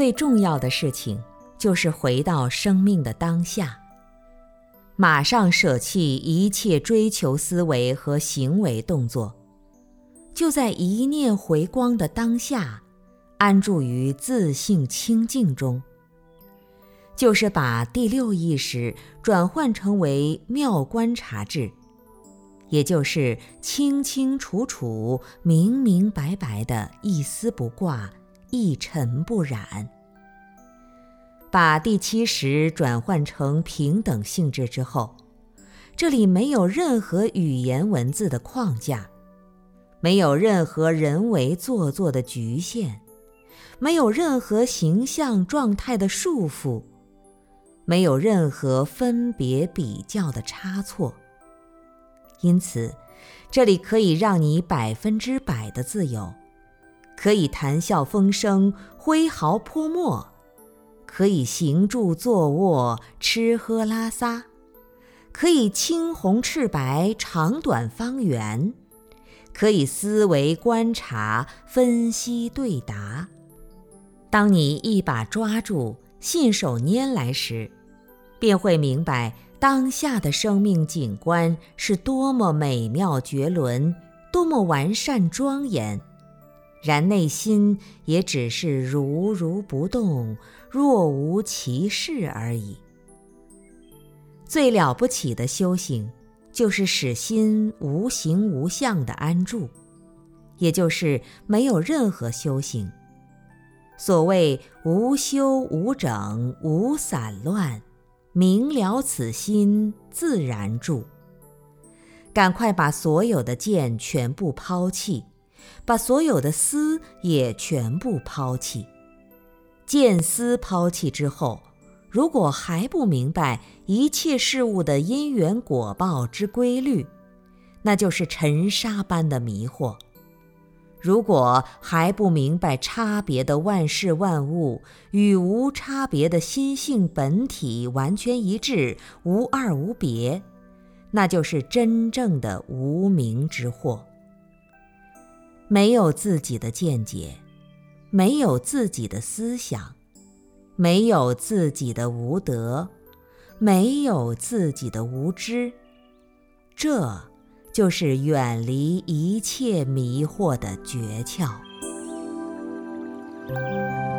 最重要的事情就是回到生命的当下，马上舍弃一切追求思维和行为动作，就在一念回光的当下，安住于自性清净中，就是把第六意识转换成为妙观察智，也就是清清楚楚、明明白白的一丝不挂、一尘不染。把第七识转换成平等性质之后，这里没有任何语言文字的框架，没有任何人为做作的局限，没有任何形象状态的束缚，没有任何分别比较的差错。因此，这里可以让你100%的自由，可以谈笑风生、挥毫泼墨，可以行住坐卧、吃喝拉撒，可以青红赤白、长短方圆，可以思维观察、分析对答。当你一把抓住、信手拈来时，便会明白当下的生命景观是多么美妙绝伦，多么完善庄严，然内心也只是如如不动，若无其事而已。最了不起的修行，就是使心无形无相的安住，也就是没有任何修行。所谓无修无整无散乱，明了此心自然住。赶快把所有的见全部抛弃，把所有的思也全部抛弃。见思抛弃之后，如果还不明白一切事物的因缘果报之规律，那就是尘沙般的迷惑。如果还不明白差别的万事万物与无差别的心性本体完全一致，无二无别，那就是真正的无明之惑。没有自己的见解，没有自己的思想，没有自己的无德，没有自己的无知，这就是远离一切迷惑的诀窍。